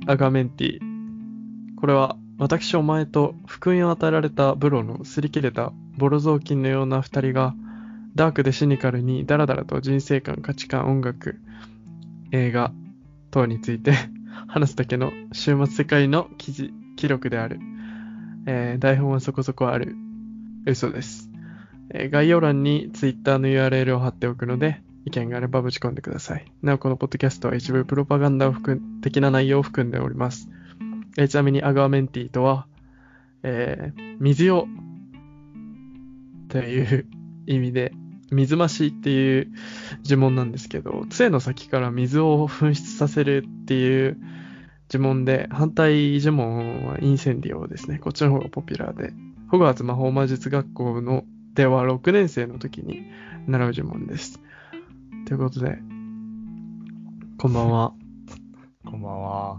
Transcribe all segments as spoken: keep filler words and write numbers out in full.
アガメンティ。これは私お前と福音を与えられたブロの擦り切れたボロ雑巾のような二人がダークでシニカルにダラダラと人生観、価値観、音楽、映画等について話すだけの週末世界の記事、記録である。えー台本はそこそこある。嘘です。えー概要欄に Twitter の ユーアールエル を貼っておくので、意見があればぶち込んでください。なお、このポッドキャストは一部プロパガンダを含ん的な内容を含んでおります。えーちなみにアガーメンティとは、えー水をという意味で、水増しっていう呪文なんですけど、杖の先から水を噴出させるっていう呪文で、反対呪文はインセンディオですね。こっちの方がポピュラーで、ホグワーツ魔法魔術学校のではろくねん生の時に習う呪文です。ということで、こんばんは。 こんばんは。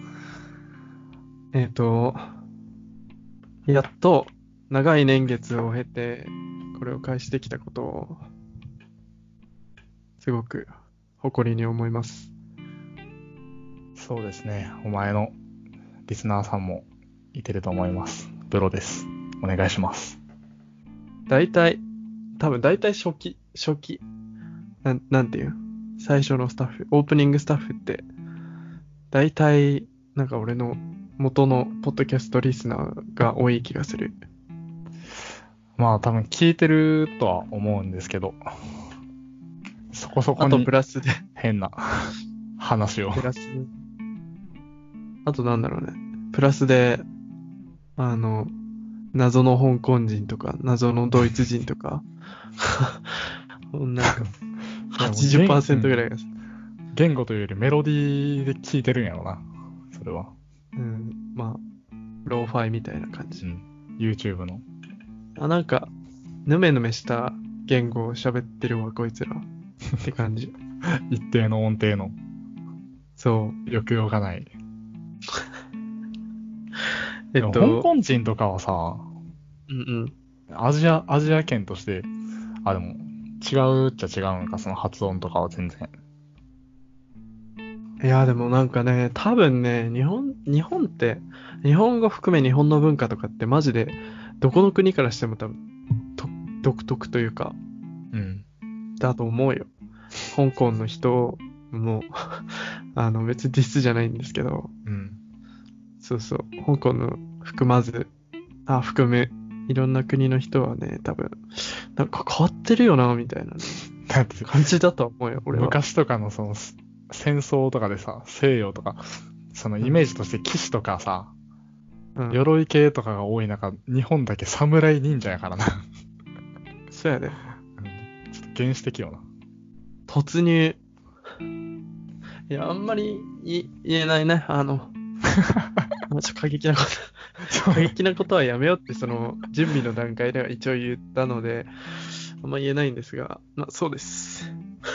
えっと、やっと長い年月を経て、これを開始できたことを、すごく誇りに思います。 そうですね。お前のリスナーさんもいてると思います。ブロです。お願いします。 大体、多分大体初期、初期、なん、なんていう最初のスタッフ、オープニングスタッフって、大体、なんか俺の元のポッドキャストリスナーが多い気がする。 まあ多分聞いてるとは思うんですけど、そこそこあとにプラスで、 変な話を。 プラス、あとなんだろうね。プラスで、あの、謎の香港人とか、謎のドイツ人とか、なんか、はちじゅっパーセントぐらいが、 言語というよりメロディーで聞いてるんやろな。それは。 うん、まあ、ローファイみたいな感じ。 うん。YouTube の。 あ、なんか、ぬめぬめした言語を喋ってるわ、こいつら。って感じ。 一定の音程のそう。 抑揚がない。 えっと、 でも香港人とかはさ、 うんアジア、アジア圏として、あ、でも、違うっちゃ違うのか、その発音とかは全然。 うん。いや、でもなんかね、多分ね、日本、日本って、日本語含め日本の文化とかってマジで、どこの国からしても多分、と独特というか、 うん。 だと思うよ。香港の人も、あの、別にディスじゃないんですけど、 うん。 そうそう、香港の含まず、あ、含む、いろんな国の人はね、多分、なんか変わってるよな、みたいな、ね、 だって感じだと思うよ、俺は。 昔とかのその戦争とかでさ、西洋とか、そのイメージとして騎士とかさ、 うん、 鎧系とかが多い中、日本だけ侍忍者やからな。 そうやで。 うんちょっと原始的よな。 突入。いや、あんまりい言えないね。あの、まあちょ過激なこと、過激なことはやめようって、その、準備の段階では一応言ったので、あんま言えないんですが、まあ、そうです。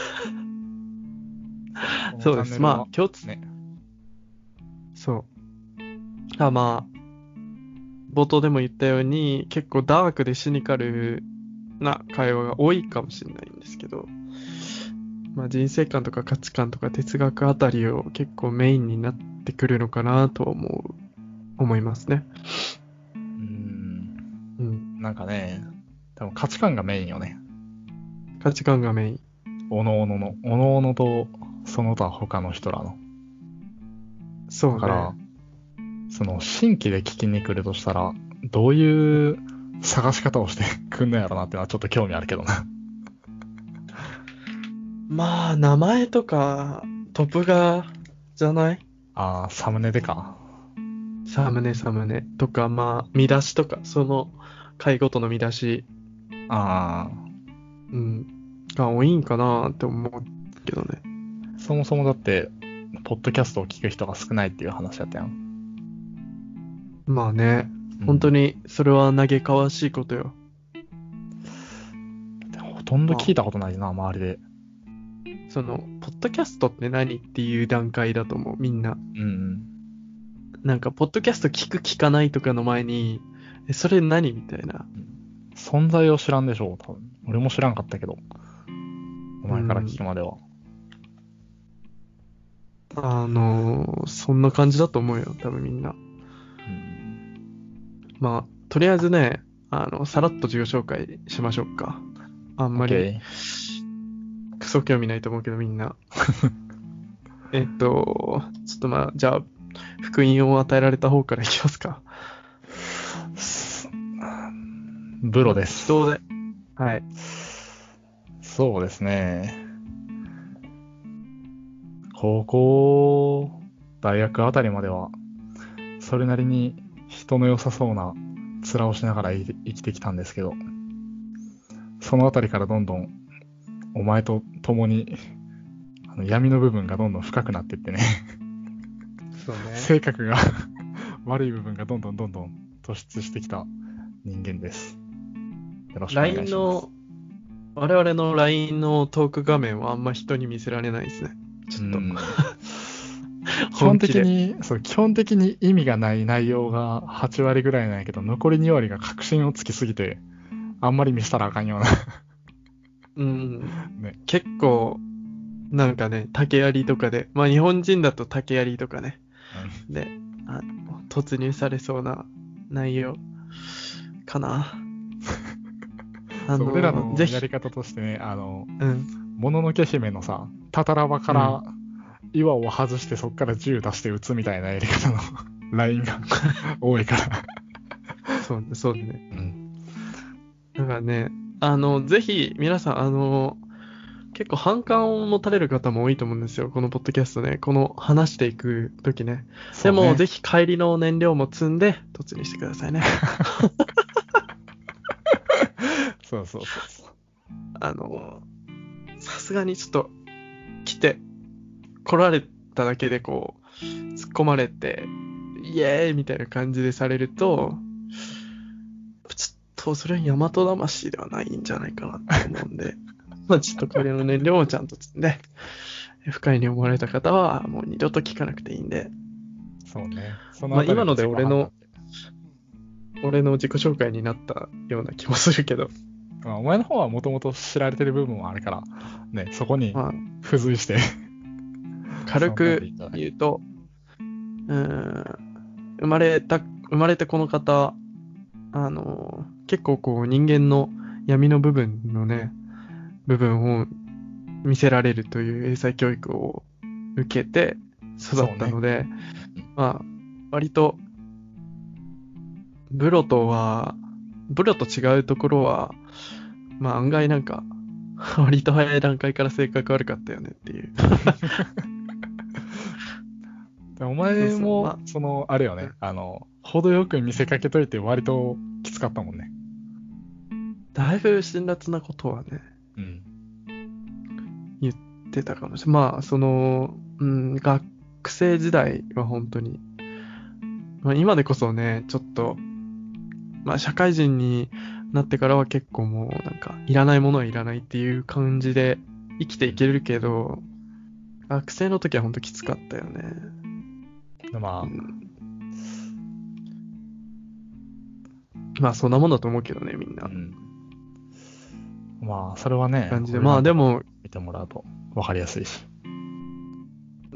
そうです。まあ、共通、 ね。 そう。あ、まあ、冒頭でも言ったように、結構ダークでシニカルな会話が多いかもしれないんですけど、まあ、人生観とか価値観とか哲学あたりを結構メインになってくるのかなと思う、思いますね。 うーん。 うん。 なんかね、多分価値観がメインよね。 価値観がメイン。 おのおのの、おのおのと、その他他の人らの。 そうね。 だから、その新規で聞きに来るとしたら、どういう探し方をしてくんのやろなってのはちょっと興味あるけどな。 まあ、名前とか、トップ画じゃない？ あー、サムネでか。 サムネサムネとか、まあ、見出しとか、その回ごとの見出し、 あうん、が多いんかなって思うけどね。 ー、そもそもだって、ポッドキャストを聞く人が少ないっていう話だったやん。 まあね、 うん本当にそれは嘆かわしいことよ。 ほとんど聞いたことないな、周りで。 その、ポッドキャストって何っていう段階だと思う、みんな。 うんうん。 なんか、ポッドキャスト聞く聞かないとかの前に、え、それ何みたいな。 存在を知らんでしょう、多分。俺も知らんかったけど。お前から聞くまでは。 あのーそんな感じだと思うよ、多分みんな。 うんまあ、とりあえずね、あの、さらっと自己紹介しましょうか。あんまり、 OK。 クソ興味ないと思うけどみんな。えっと、ちょっとまあ、じゃあ、福音を与えられた方からいきますか。 ブロです。 人で。はい。 そうですね。高校、大学あたりまでは、それなりに人の良さそうな面をしながら生きて生きてきたんですけど、そのあたりからどんどん、お前と共に、あの闇の部分がどんどん深くなっていってね、 そうね。 性格が悪い部分がどんどんどんどん突出してきた人間です。よろしくお願いラインします。 の、我々の ライン のトーク画面はあんま人に見せられないですね。ちょっと。 うん基本本気で。 的に、そう、基本的に意味がない内容がはち割ぐらいなんやけど、残りに割が確信をつきすぎて、あんまり見せたらあかんような。 うん。 ね。 結構、なんかね、竹槍とかで、まあ日本人だと竹槍とかね、 うんで、あ突入されそうな内容かな。あそう、俺らの、ぜひ、 のやり方としてね、あの、 うん、 もののけ姫のさ、たたらばかうん。 ら岩を外してそっから銃出して撃つみたいなやり方のラインが多いから。 そうね、そうね。 うん。 だからね、あの、ぜひ、皆さん、あの、結構反感を持たれる方も多いと思うんですよ。このポッドキャストね。この話していくときね。でも、 そうね。 ぜひ帰りの燃料も積んで突入してくださいね。 そうそうそうそう。 あの、さすがにちょっと来て、来られただけでこう、突っ込まれて、イエーイみたいな感じでされると、ちょっとそれは大和魂ではないんじゃないかなって思うんで、まあちょっと帰りの燃料もちゃんと積んで、不快に思われた方はもう二度と聞かなくていいんで、 そうね。そのまああたりの今ので俺の、 自己判断って。 俺の自己紹介になったような気もするけど、 まあ、お前の方はもともと知られてる部分もあるから、ね、そこにまあ付随して軽その面でくいいんじゃない。 言うと、うーん、生まれた、生まれてこの方、あの、結構こう人間の闇の部分のね、部分を見せられるという英才教育を受けて育ったそうね。 ので、 うんまあ、割と、ブロとは、ブロと違うところは、まあ案外なんか、割と早い段階から性格悪かったよねっていう。 でおそうそう、ま前も、 あ、 その、あれよね、 うんあの、程よく見せかけといて割ときつかったもんね。 だいぶ辛辣なことはね、 うん。 言ってたかもしれない。まあ、その、うん、学生時代は本当に、まあ今でこそね、ちょっと、まあ社会人になってからは結構もうなんか、いらないものはいらないっていう感じで生きていけるけど、学生の時は本当きつかったよね。 でまあ、 うん、まあそんなもんだと思うけどね、みんな。 うん。まあ、それはね、 感じで。 俺らのとこまあでも、 見てもらうと分かりやすいし。 うん、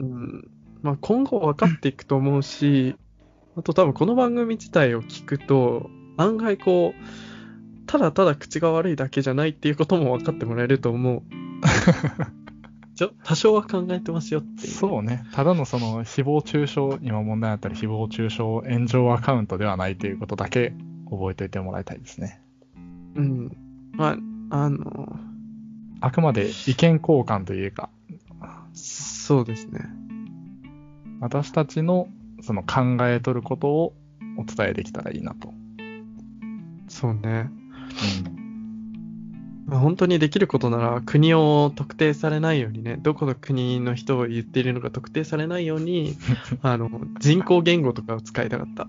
まあ今後分かっていくと思うし、あと多分この番組自体を聞くと、案外こう、ただただ口が悪いだけじゃないっていうことも分かってもらえると思う。ちょ、多少は考えてますよっていう。 そうね。ただのその、誹謗中傷、今問題あったり、誹謗中傷炎上アカウントではないということだけ覚えておいてもらいたいですね。 うん。まあ、あの、 あくまで意見交換というか、 そうですね。 私たちのその考えとることをお伝えできたらいいなと。 そうね。 うん。 まあ、本当にできることなら国を特定されないようにね、どこの国の人を言っているのか特定されないように、あの、人工言語とかを使いたかった。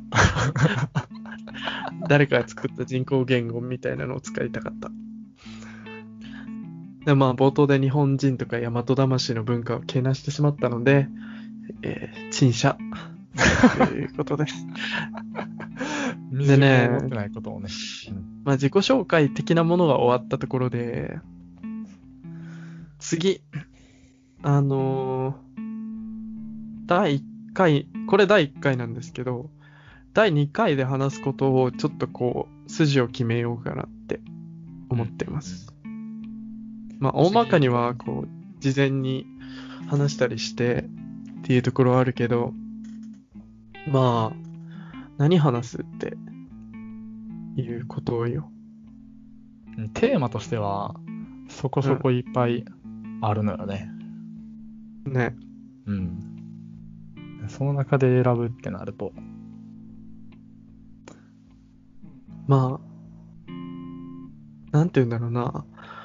誰かが作った人工言語みたいなのを使いたかった。でまあ、冒頭で日本人とか大和魂の文化をけなしてしまったので、えー陳謝ということで。 みじんも思ってないことをね。 まあ、自己紹介的なものが終わったところで、次、あのーだいいっかい、これだいいっかいなんですけど、だいにかいで話すことをちょっとこう、筋を決めようかなって思ってます。まあ、大まかにはこう、事前に話したりしてっていうところはあるけど、まあ、何話すっていうことよ。 テーマとしては、そこそこいっぱいあるのよね。 ね。 うん。その中で選ぶってなると。 まあ、なんて言うんだろうな。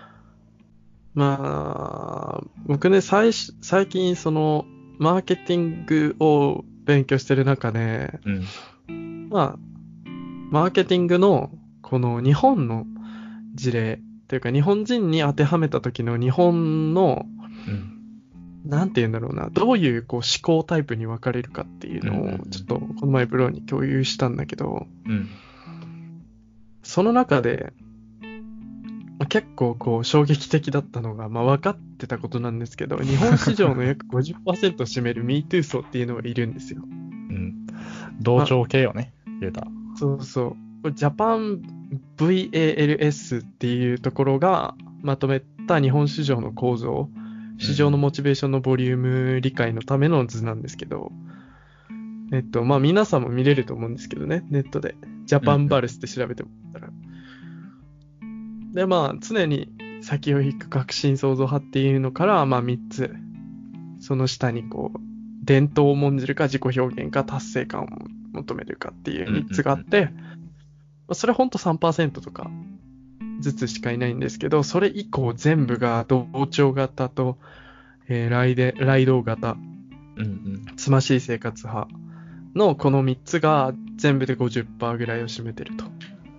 まあ、僕ね、最初、最近その、マーケティングを勉強してる中で、 うん。 まあ、マーケティングの、この日本の事例、というか日本人に当てはめた時の日本の、 うん。 なんて言うんだろうな、どういうこう思考タイプに分かれるかっていうのうんうんうんを、ちょっとこの前ブログに共有したんだけど、 うん。 その中で、まあ結構こう衝撃的だったのが、まあ分かってたことなんですけど、日本市場の約ごじゅっパーセントを占める MeToo 層っていうのがいるんですよ。 うん。同調系よね、言うたら。 そうそう。これジャパン ブイエーエルエス っていうところがまとめた日本市場の構造、市場のモチベーションのボリューム理解のための図なんですけど、えっと、まあ皆さんも見れると思うんですけどね、ネットで。ジャパンバルスって調べてもらったら。で、まあ常に先を引く革新創造派っていうのから、まあみっつ。その下にこう、伝統を重んじるか自己表現か達成感を求めるかっていうみっつがあって、それほんと さんパーセント とかずつしかいないんですけど、それ以降全部が同調型と、えー、ライデ、ライド型、 うんうん。 つましい生活派のこのみっつが全部で ごじゅっパーセント ぐらいを占めてると。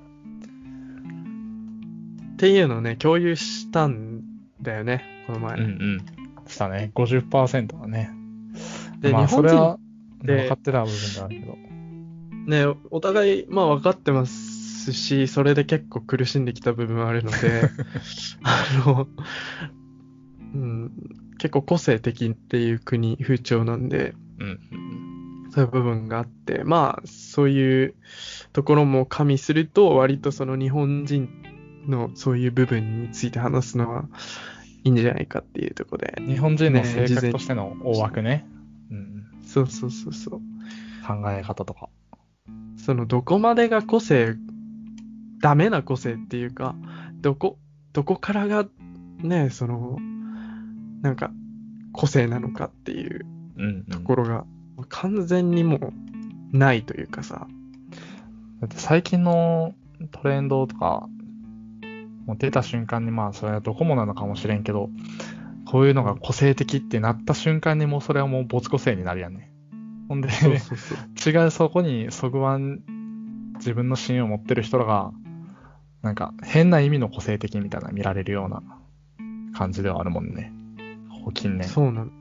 っていうのをね、共有したんだよね、この前。 うんうん。したね。ごじゅっパーセント だね。 で、 まあ、 日本人それはで分かってた部分であるけど。 ね、お互い、まあ分かってますし、それで結構苦しんできた部分はあるので、あの、うん、結構個性的っていう国、風潮なんで、 うんうんそういう部分があって、まあ、そういうところも加味すると、割とその日本人のそういう部分について話すのはいいんじゃないかっていうところで。 日本人の性ね格としての大枠ね。うん、 そうそうそうそう。 考え方とか。 そのどこまでが個性、ダメな個性っていうか、どこ、どこからがね、その、なんか個性なのかっていううんところが完全にもうないというかさ。 だって最近のトレンドとか、もう出た瞬間にまあそれはどこもなのかもしれんけど、こういうのが個性的ってなった瞬間にもうそれはもう没個性になるやんね。ほんで、 そうそうそう。 違うそこにそぐわん自分の芯を持ってる人らが、なんか変な意味の個性的みたいな見られるような感じではあるもんね。ここ近年。 そうなの。 うん。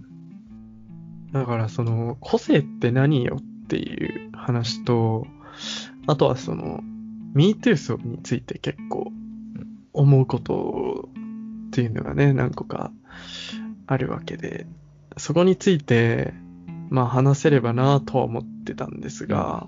だからその個性って何よっていう話と、あとはその MeToo 層について結構思うことっていうのがね、何個かあるわけで、そこについてまあ話せればなとは思ってたんですが、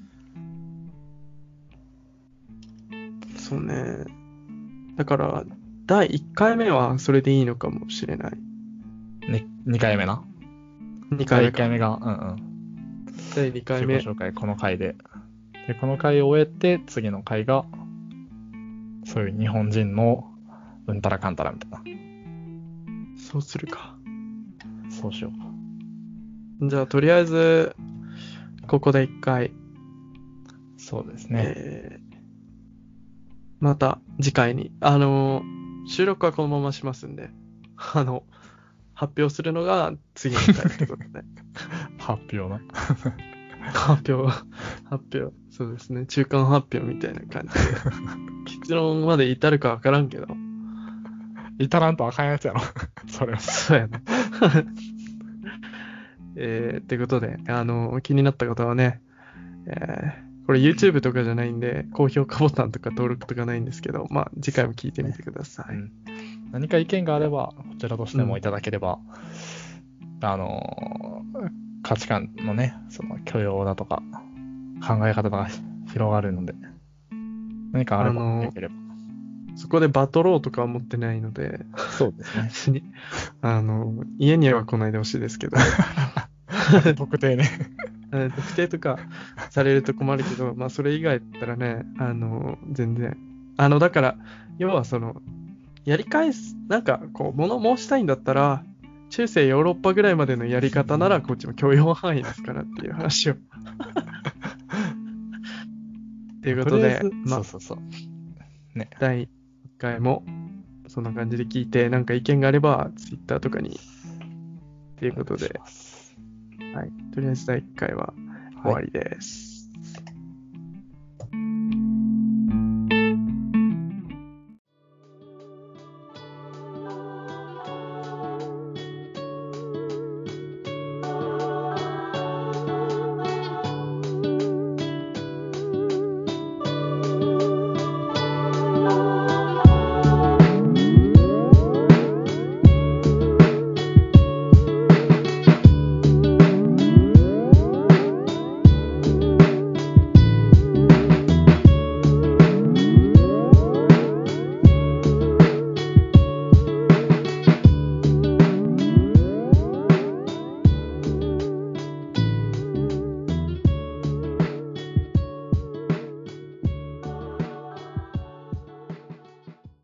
そうね。だからだいいっかいめはそれでいいのかもしれない。 ににかいめな。 にかいめだいいっかいめか。 が、うんうん。 だいにかいめ。 自己紹介、この回で。で、この回を終えて、次の回が、そういう日本人のうんたらかんたらみたいな。 そうするか。 そうしようか。 じゃあとりあえずここでいっかい、 そうですね。 えー、また次回に、あのー、収録はこのまましますんで、あの、発表するのが次の回ってことで。 発表な。 発表、発表、そうですね。中間発表みたいな感じで。結論まで至るかわからんけど。 至らんとあかんやつやろ。それは。 そうやな。えー、ってことで、あの、気になった方はね、えー、これ YouTube とかじゃないんで、高評価ボタンとか登録とかないんですけど、まあ、次回も聞いてみてください。 うん、何か意見があれば、こちらとしてもいただければ、 あのー価値観のね、その許容だとか、考え方が広がるので、何かあれば、 あのよければ。 そこでバトろうとかは思ってないので、 そうですね。 別に、あの、家には来ないでほしいですけど、 特定ね。 えー特定とかされると困るけど、まあそれ以外だったらね、あの、全然。あの、だから、要はその、やり返す、なんかこう、物申したいんだったら、中世ヨーロッパぐらいまでのやり方ならこっちも許容範囲ですからっていう話を。ということで、 とりあえず、 まあ、 そうそうそう。ね。 だいいっかいもそんな感じで聞いて、なんか意見があれば、ツイッターとかに、ということで、 お願いします。 はい。とりあえずだいいっかいは終はいわりです。